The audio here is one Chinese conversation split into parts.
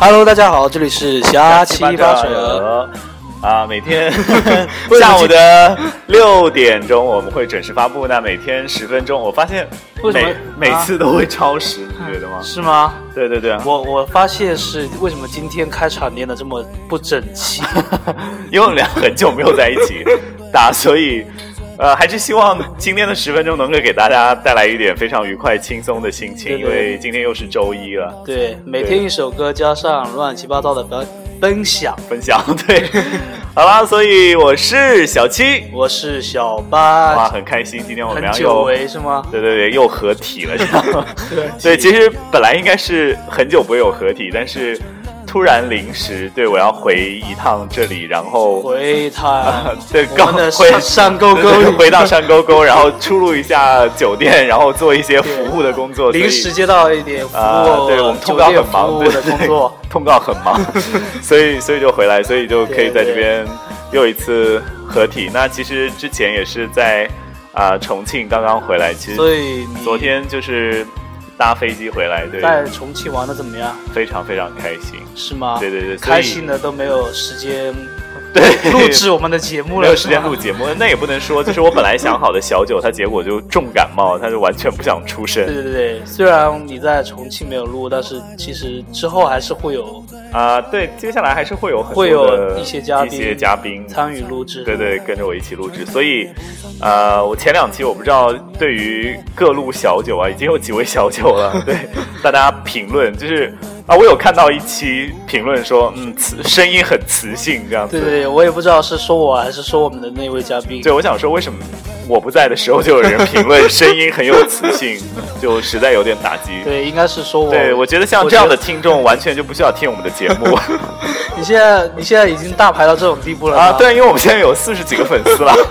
Hello， 大家好，这里是瞎七八扯啊，每天下午的6点钟我们会准时发布，那每天10分钟，我发现每次都会超时，你觉得吗？ 是吗？ 对对对， 我发现是为什么今天开场练得这么不整齐？ 因为我们俩很久没有在一起打，所以还是希望今天的10分钟能够给大家带来一点非常愉快轻松的心情，因为今天又是周一了。 对，每天一首歌加上乱七八糟的分享， 对。好啦，所以我是小七， 我是小八， 哇，很开心，今天我们俩很久违是吗？ 对对对，又合体了，知道吗？对，其实本来应该是很久不会有合体，但是突然临时，对，我要回一趟这里，然后回趟对， 我们的山沟沟， 回到山沟沟，然后出入一下酒店，然后做一些服务的工作， 临时接到一点服务， 对，我们通告很忙的工作， 通告很忙，所以就回来，所以就可以在这边又一次合体。那其实之前也是在重庆刚刚回来，其实所以昨天就是搭飞机回来，对， 在重庆玩的怎么样？ 非常非常开心， 是吗？ 对对对， 开心的都没有时间。 对， 录制我们的节目了， 没有时间录节目，那也不能说，就是我本来想好的小九，他结果就重感冒，他就完全不想出声。 对对对，虽然你在重庆没有录，但是其实之后还是会有对，接下来还是会有一些嘉宾参与录制， 对对，跟着我一起录制。所以我前2期我不知道对于各路小九已经有几位小九了，对大家评论就是我有看到一期评论说，声音很磁性这样子。 对对，我也不知道是说我还是说我们的那位嘉宾。 对，我想说为什么我不在的时候就有人评论声音很有磁性，就实在有点打击。 对，应该是说我。 对，我觉得像这样的听众完全就不需要听我们的节目。 你现在已经大牌到这种地步了吗？ 对，因为我们现在有40几个粉丝了。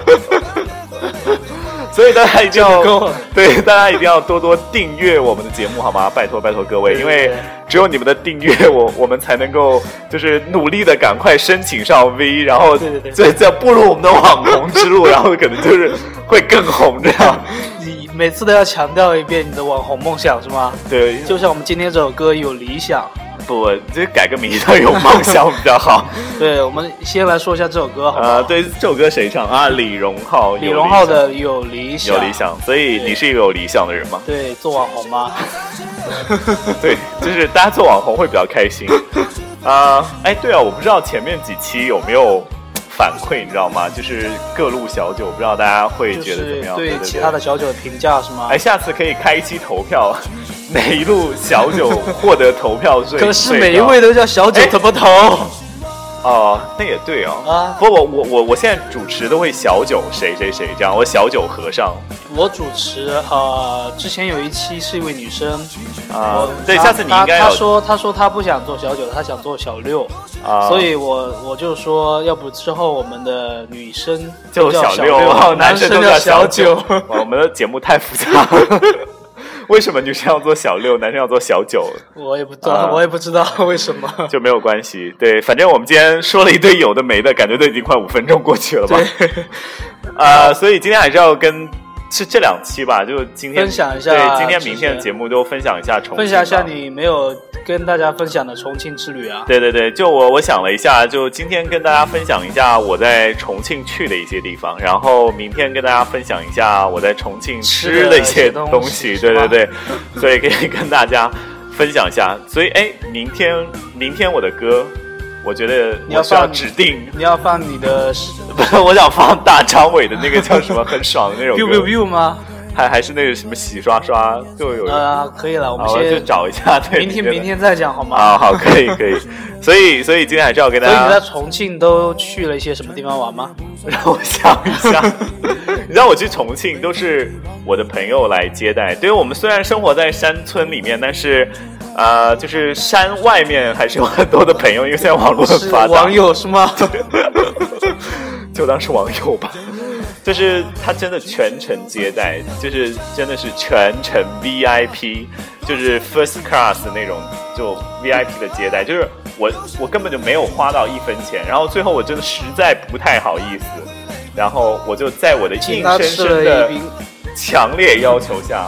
所以大家一定要多多订阅我们的节目好吗？拜托拜托各位，因为只有你们的订阅，我们才能够就是努力的赶快申请上 V， 然后再步入我们的网红之路，然后可能就是会更红这样。 你每次都要强调一遍你的网红梦想是吗？ 对， 就像我们今天这首歌有理想。 不，这改个名叫有梦想比较好。 对，我们先来说一下这首歌好吗？ 对，这首歌谁唱啊？李荣浩的有理想。 有理想，所以你是一个有理想的人吗？ 对，做网红吗？ 对，就是大家做网红会比较开心。对啊，我不知道前面几期有没有反馈，你知道吗？就是各路小九，不知道大家会觉得怎么样？ 对其他的小九的评价是吗？ 下次可以开一期投票。哪一路小九获得投票最可是每一位都叫小九，怎么投？ 那也对不过我现在主持都会小九谁谁谁这样，我小九和尚。 我主持之前有一期是一位女生对，下次你应该她说她不想做小九，她想做小六所以我就说要不之后我们的女生就小六， 男生叫小九。 我们的节目太复杂了。为什么女生要做小六，男生要做小九？ 我也不知道为什么， 就没有关系。对，反正我们今天说了一堆有的没的，感觉都已经快5分钟过去了吧？ 对。 所以今天还是要是这2期吧，就今天分享一下， 对，今天明天的节目都分享一下重庆， 分享一下你没有跟大家分享的重庆之旅啊。 对对对，就我想了一下，就今天跟大家分享一下我在重庆去的一些地方，然后明天跟大家分享一下我在重庆吃的一些东西。对对对，所以可以跟大家分享一下。所以明天我的歌，我觉得我需要指定你要放你的不是，我想放大张伟的那个叫什么很爽的那首歌。 biu biu biu 吗？ 还是那个什么洗刷刷就有可以了，我们先去找一下。对， 明天再讲好吗？ 好，可以。所以今天还是要跟大家。 所以你在重庆都去了一些什么地方玩吗？ 让我想一下。你知道我去重庆都是我的朋友来接待。对，我们虽然生活在山村里面，但是就是山外面还是有很多的朋友，因为现在网络很发达。 是网友是吗？ 就当是网友吧。就是他真的全程接待，就是真的是全程 VIP， 就是 first class 那种，就 VIP 的接待，就是我根本就没有花到1分钱，然后最后我真的实在不太好意思，然后我就在我的硬生生的强烈要求下，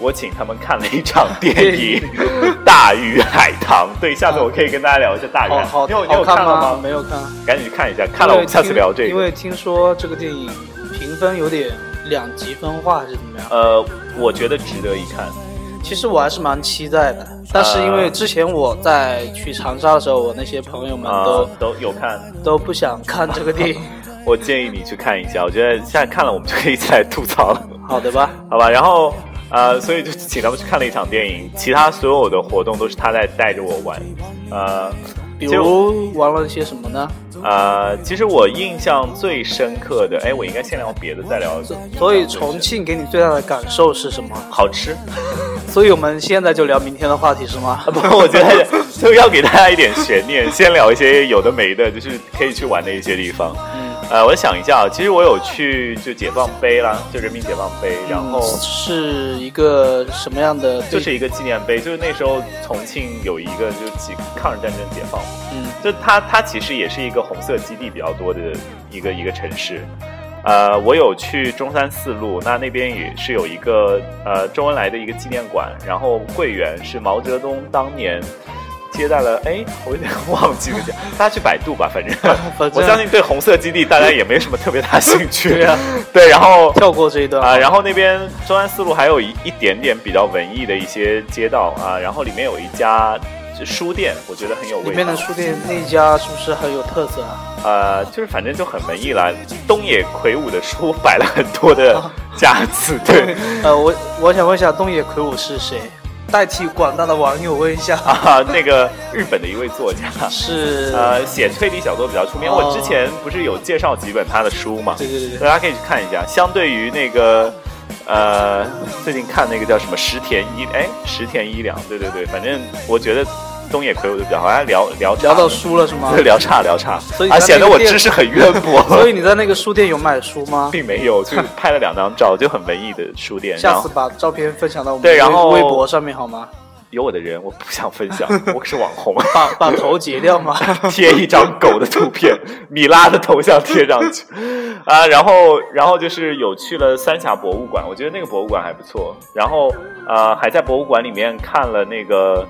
我请他们看了一场电影《大鱼海棠》。对，下次我可以跟大家聊一下《大鱼海棠》。你有看了吗？ 没有看， 赶紧去看一下。看了我们下次聊这个。 因为听说这个电影评分有点2极分化，还是怎么样？ 我觉得值得一看。 其实我还是蛮期待的，但是因为之前我在去长沙的时候，我那些朋友们都有看， 都不想看这个电影。 我建议你去看一下，我觉得现在看了我们就可以一起来吐槽了。 好的吧， 好吧，然后所以就请他们去看了一场电影，其他所有的活动都是他在带着我玩。 比如玩了些什么呢？ 其实我印象最深刻的，我应该先聊别的再聊。 所以重庆给你最大的感受是什么？ 好吃。 所以我们现在就聊明天的话题是吗？ 不，我觉得就要给大家一点悬念，先聊一些有的没的，就是可以去玩的一些地方。我想一下，其实我有去就解放碑啦，就人民解放碑，然后是一个什么样的？ 就是一个纪念碑，就是那时候重庆有一个就抗日战争解放，就它其实也是一个红色基地比较多的一个城市。我有去中山四路，那边也是有一个周恩来的一个纪念馆，然后桂园是毛泽东当年接待了，我有点忘记了，大家去百度吧，反正我相信对红色基地大家也没什么特别大兴趣。对，然后跳过这一段然后那边中山四路还有一点点比较文艺的一些街道然后里面有一家书店，我觉得很有味道。 里面的书店那一家是不是很有特色就是反正就很文艺啦，东野圭吾的书摆了很多的架子。对， 我想问一下，东野圭吾是谁？代替广大的网友问一下那个日本的一位作家是写推理小说比较出名。我之前不是有介绍几本他的书嘛？ 对， 大家可以去看一下。相对于那个最近看那个叫什么石田一良，对，反正我觉得东野圭吾就比较好。聊到书了是吗？ 对，聊差，所以显得我知识很渊博。 所以你在那个书店有买书吗？ 并没有，就拍了2张照，就很文艺的书店。 下次把照片分享到我们的微博上面好吗？ 有我的人，我不想分享，我可是网红。 把头截掉吗？ 贴一张狗的图片，米拉的头像贴上去然后就是有去了三峡博物馆，我觉得那个博物馆还不错。然后还在博物馆里面看了那个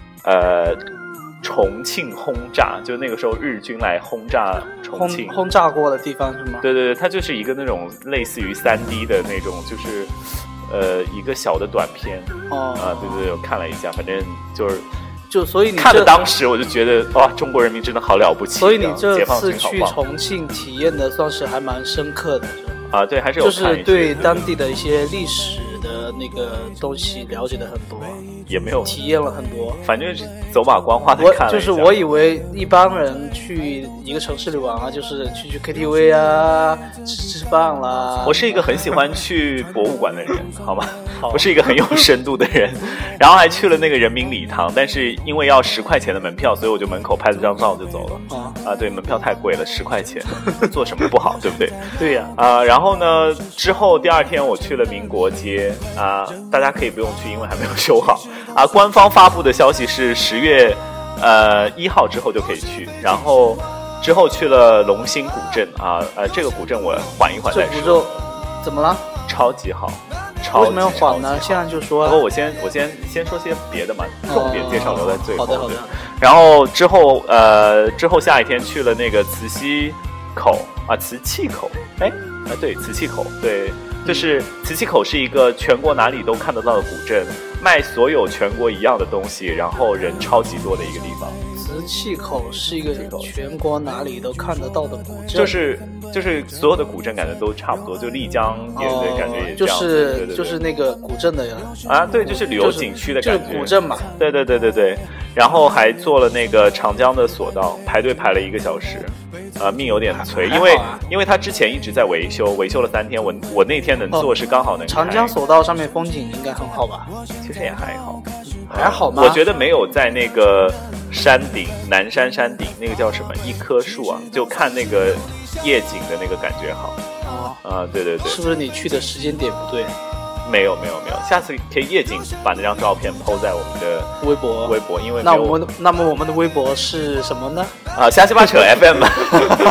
重庆轰炸，就那个时候日军来轰炸重庆， 轰炸过的地方是吗？ 对，它就是一个那种类似于3D 的那种，就是一个小的短片对，我看了一下，反正所以你看了当时我就觉得哇，中国人民真的好了不起。 所以你这次去重庆体验的算是还蛮深刻的对，还是有就是对当地的一些历史的那个东西了解的很多， 也没有体验了很多， 反正是走马观花的看了一下。 就是我以为一般人去一个城市里玩就是去 KTV 吃饭啦。 我是一个很喜欢去博物馆的人，好吗？我是一个很有深度的人，然后还去了那个人民礼堂，但是因为要10块钱的门票，所以我就门口拍了张照就走了。对，门票太贵了，10块钱，做什么不好，对不对？ 对呀。 然后呢，之后第2天我去了民国街大家可以不用去，因为还没有修好官方发布的消息是10月1号之后就可以去，然后之后去了龙兴古镇这个古镇我缓一缓再说。 这古镇怎么了？ 超级好。 为什么要缓呢？现在就说。 不过我先说些别的嘛，重点介绍留在最后。 好的。 然后之后下一天去了那个磁器口，对，磁器口，对，就是磁器口是一个全国哪里都看得到的古镇，卖所有全国一样的东西，然后人超级多的一个地方。 磁器口是一个全国哪里都看得到的古镇， 就是所有的古镇感觉都差不多，就丽江也对，感觉也这样， 就是那个古镇的呀对，就是旅游景区的感觉， 就是古镇嘛。 对，然后还坐了那个长江的索道，排队排了1个小时，命有点垂，因为他之前一直在维修了3天，我那天能坐是刚好能开。 长江索道上面风景应该很好吧？ 其实也还好。 还好吗？ 我觉得没有在那个山顶，南山山顶那个叫什么一棵树就看那个夜景的那个感觉好。对， 是不是你去的时间点不对？ 没有，下次可以夜景把那张照片 po 在我们的微博，因为那么我们的微博是什么呢？ 瞎七八扯 FM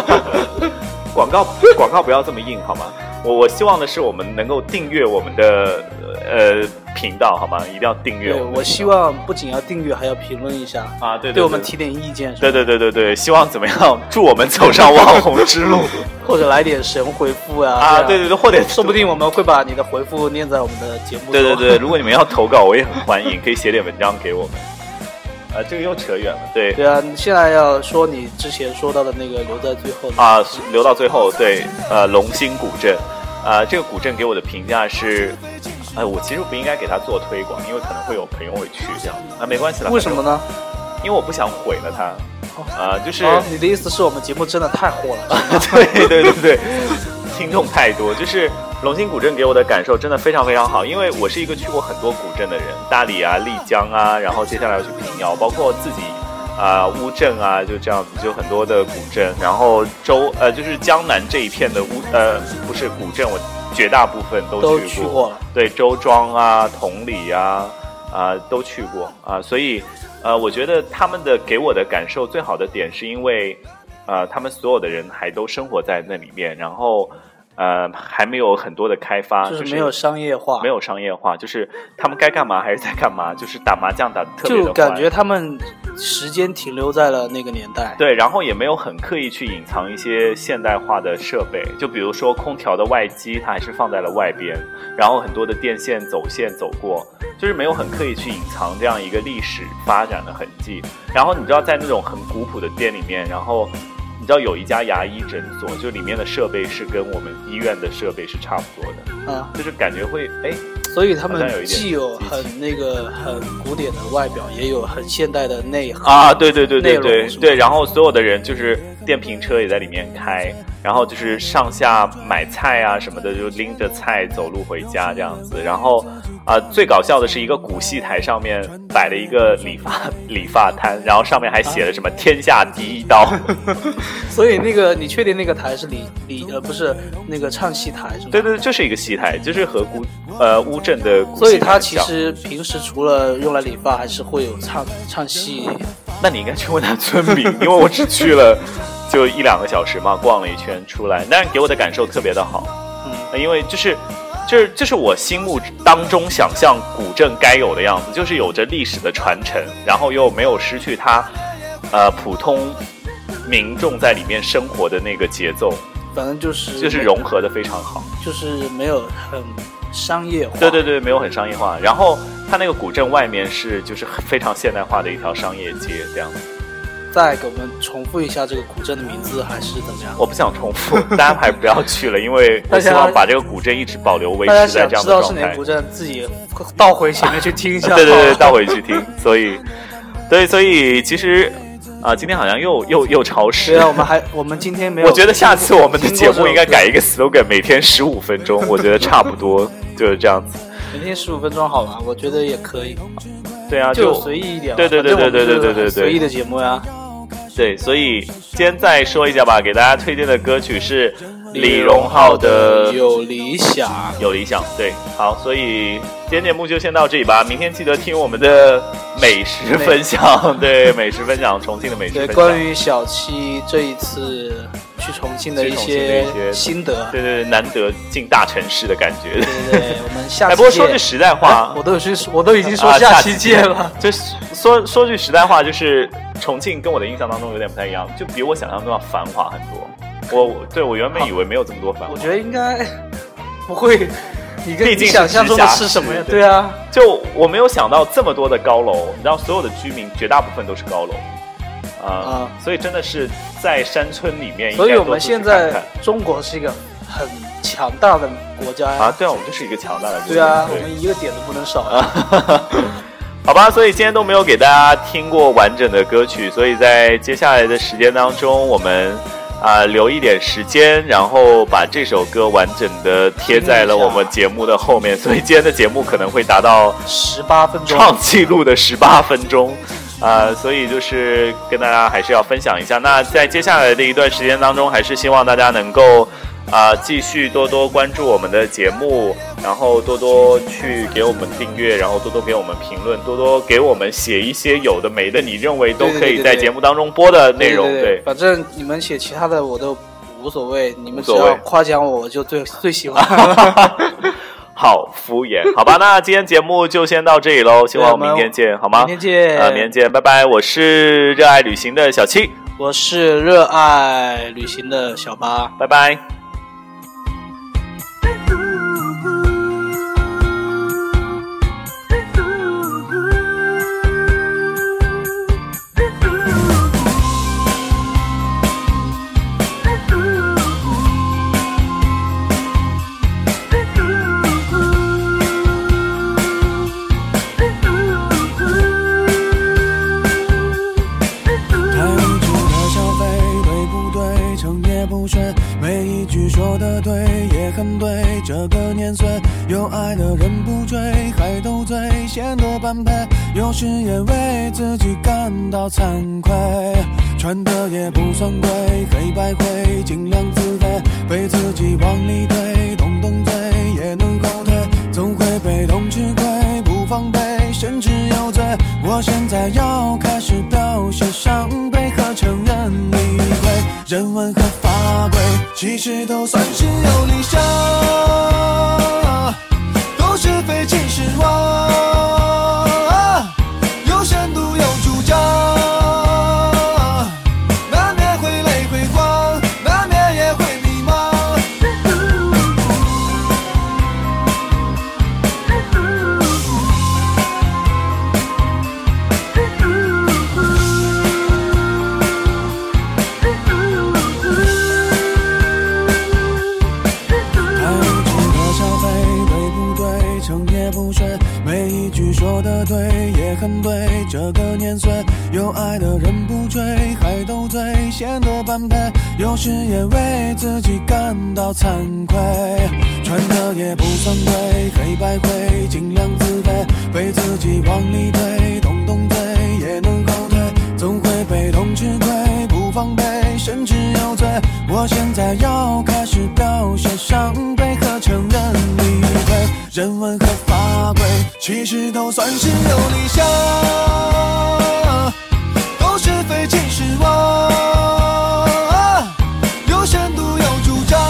广告不要这么硬好吗？我希望的是我们能够订阅我们的频道好吗？一定要订阅我希望不仅要订阅，还要评论一下啊，对， 对我们提点意见。 对，希望怎么样助我们走上网红之路， 或者来点神回复对，或者说不定我们会把你的回复念在我们的节目中。 对，如果你们要投稿，我也很欢迎，可以写点文章给我们。这个又扯远了，对啊，你现在要说你之前说到的那个留在最后留到最后，对，龙兴古镇，这个古镇给我的评价是，我其实不应该给他做推广，因为可能会有朋友会去这样子，没关系了。 为什么呢？ 因为我不想毁了它，就是你的意思是我们节目真的太火了？ 对，听众太多，就是龙兴古镇给我的感受真的非常非常好，因为我是一个去过很多古镇的人，大理啊、丽江啊，然后接下来要去平遥，包括自己乌镇啊，就这样子，就很多的古镇，然后就是江南这一片的不是古镇，我绝大部分都去过了， 对，周庄啊、同里啊都去过所以我觉得他们的给我的感受最好的点是因为他们所有的人还都生活在那里面，然后还没有很多的开发， 就是没有商业化， 就是他们该干嘛还是在干嘛，就是打麻将打得特别的就感觉他们时间停留在了那个年代。 对，然后也没有很刻意去隐藏一些现代化的设备，就比如说空调的外机它还是放在了外边，然后很多的电线走过，就是没有很刻意去隐藏这样一个历史发展的痕迹。然后你知道在那种很古朴的店里面，然后你知道有一家牙医诊所，就里面的设备是跟我们医院的设备是差不多的，就是感觉会所以他们既有很古典的外表，也有很现代的内涵对，然后所有的人就是电瓶车也在里面开，然后就是上下买菜啊什么的，就拎着菜走路回家这样子。然后最搞笑的是一个古戏台上面摆了一个理发摊，然后上面还写了什么天下第一刀。 所以那个你确定那个台是不是那个唱戏台是吗？ 对，就是一个戏台，就是和乌镇的古戏台。 所以它其实平时除了用来理发，还是会有唱戏。 那你应该去问他村民，因为我只去了就1-2个小时嘛，逛了一圈出来，但是给我的感受特别的好。因为就是我心目当中想象古镇该有的样子，就是有着历史的传承，然后又没有失去它普通民众在里面生活的那个节奏， 反正就是融合的非常好， 就是没有很商业化。 对，没有很商业化。然后它那个古镇外面就是非常现代化的一条商业街这样子。 再给我们重复一下这个古镇的名字还是怎么样？ 我不想重复，大家还是不要去了，因为我希望把这个古镇一直保留维持在这样的状态。大家想知道是哪个古镇， 自己倒回前面去听一下。 对，倒回去听。所以其实今天好像又超时。 对啊，我们今天没有。 我觉得下次我们的节目应该改一个 slogan， 每天15分钟，我觉得差不多就是这样子。 每天15分钟好了，我觉得也可以。 对啊， 就随意一点。 对， 随意的节目呀。 对，所以今天再说一下吧，给大家推荐的歌曲是李荣浩的有理想。 对，好，所以今天节目就先到这里吧，明天记得听我们的美食分享。对，美食分享，重庆的美食分享。 对，关于小七这一次去重庆的一些心得。 对，难得进大城市的感觉。 对，我们下期见。 不过说句实在话， 我都已经说下期见了。 就说句实在话，就是重庆跟我的印象当中有点不太一样，就比我想象中要繁华很多。我原本以为没有这么多繁华。 我觉得应该不会。你跟你想象中的是什么呀？对啊， 就我没有想到这么多的高楼，你知道，所有的居民绝大部分都是高楼。所以真的是在山村里面。 所以我们现在中国是一个很强大的国家呀。 对啊，我们就是一个强大的国家。 对啊，我们一个点都不能少好吧，所以今天都没有给大家听过完整的歌曲，所以在接下来的时间当中，我们留一点时间，然后把这首歌完整的贴在了我们节目的后面，所以今天的节目可能会达到 18分钟， 创纪录的18分钟。所以就是跟大家还是要分享一下。那在接下来的一段时间当中，还是希望大家能够继续多多关注我们的节目，然后多多去给我们订阅，然后多多给我们评论，多多给我们写一些有的没的你认为都可以在节目当中播的内容。对， 反正你们写其他的我都无所谓，你们只要夸奖我就最喜欢。 好敷衍，好吧？那今天节目就先到这里喽，希望明天见，好吗？ 明天见， 明天见，拜拜！我是热爱旅行的小七， 我是热爱旅行的小八， 拜拜。 这个年岁有爱的人不追，还斗嘴显得般配，有时也为自己感到惭愧，穿的也不算贵，黑白灰尽量自卑，被自己往里推，动动嘴也能后退，总会被动吃亏，不防备甚至有罪，我现在要开始表现伤悲和承认理亏，人文和法规其实都算是有理想，都是非其实妄，有深度有主张，难免会泪会慌，难免也会迷茫，每一句说得对也很对，这个年岁有爱的人不追，还斗嘴显得般配，有时也为自己感到惭愧，穿的也不算贵，黑白灰尽量自卑，被自己往里推，动动嘴也能后退，总会被动吃亏，不防备甚至有罪，我现在要开始表现伤悲和承认理亏，人文和法规其实都算是有理想，都是非其实妄，有深度有主张，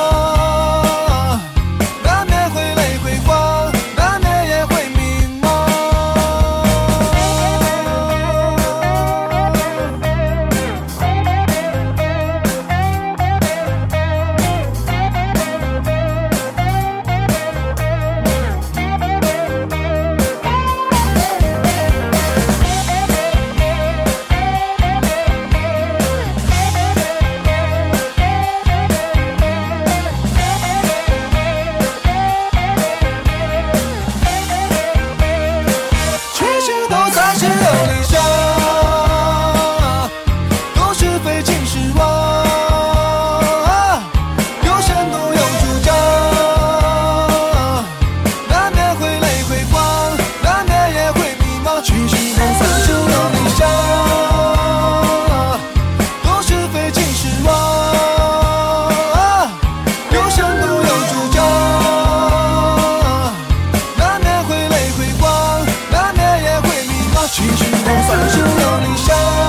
难免会泪会慌，难免也会迷茫，其实都算是有理想。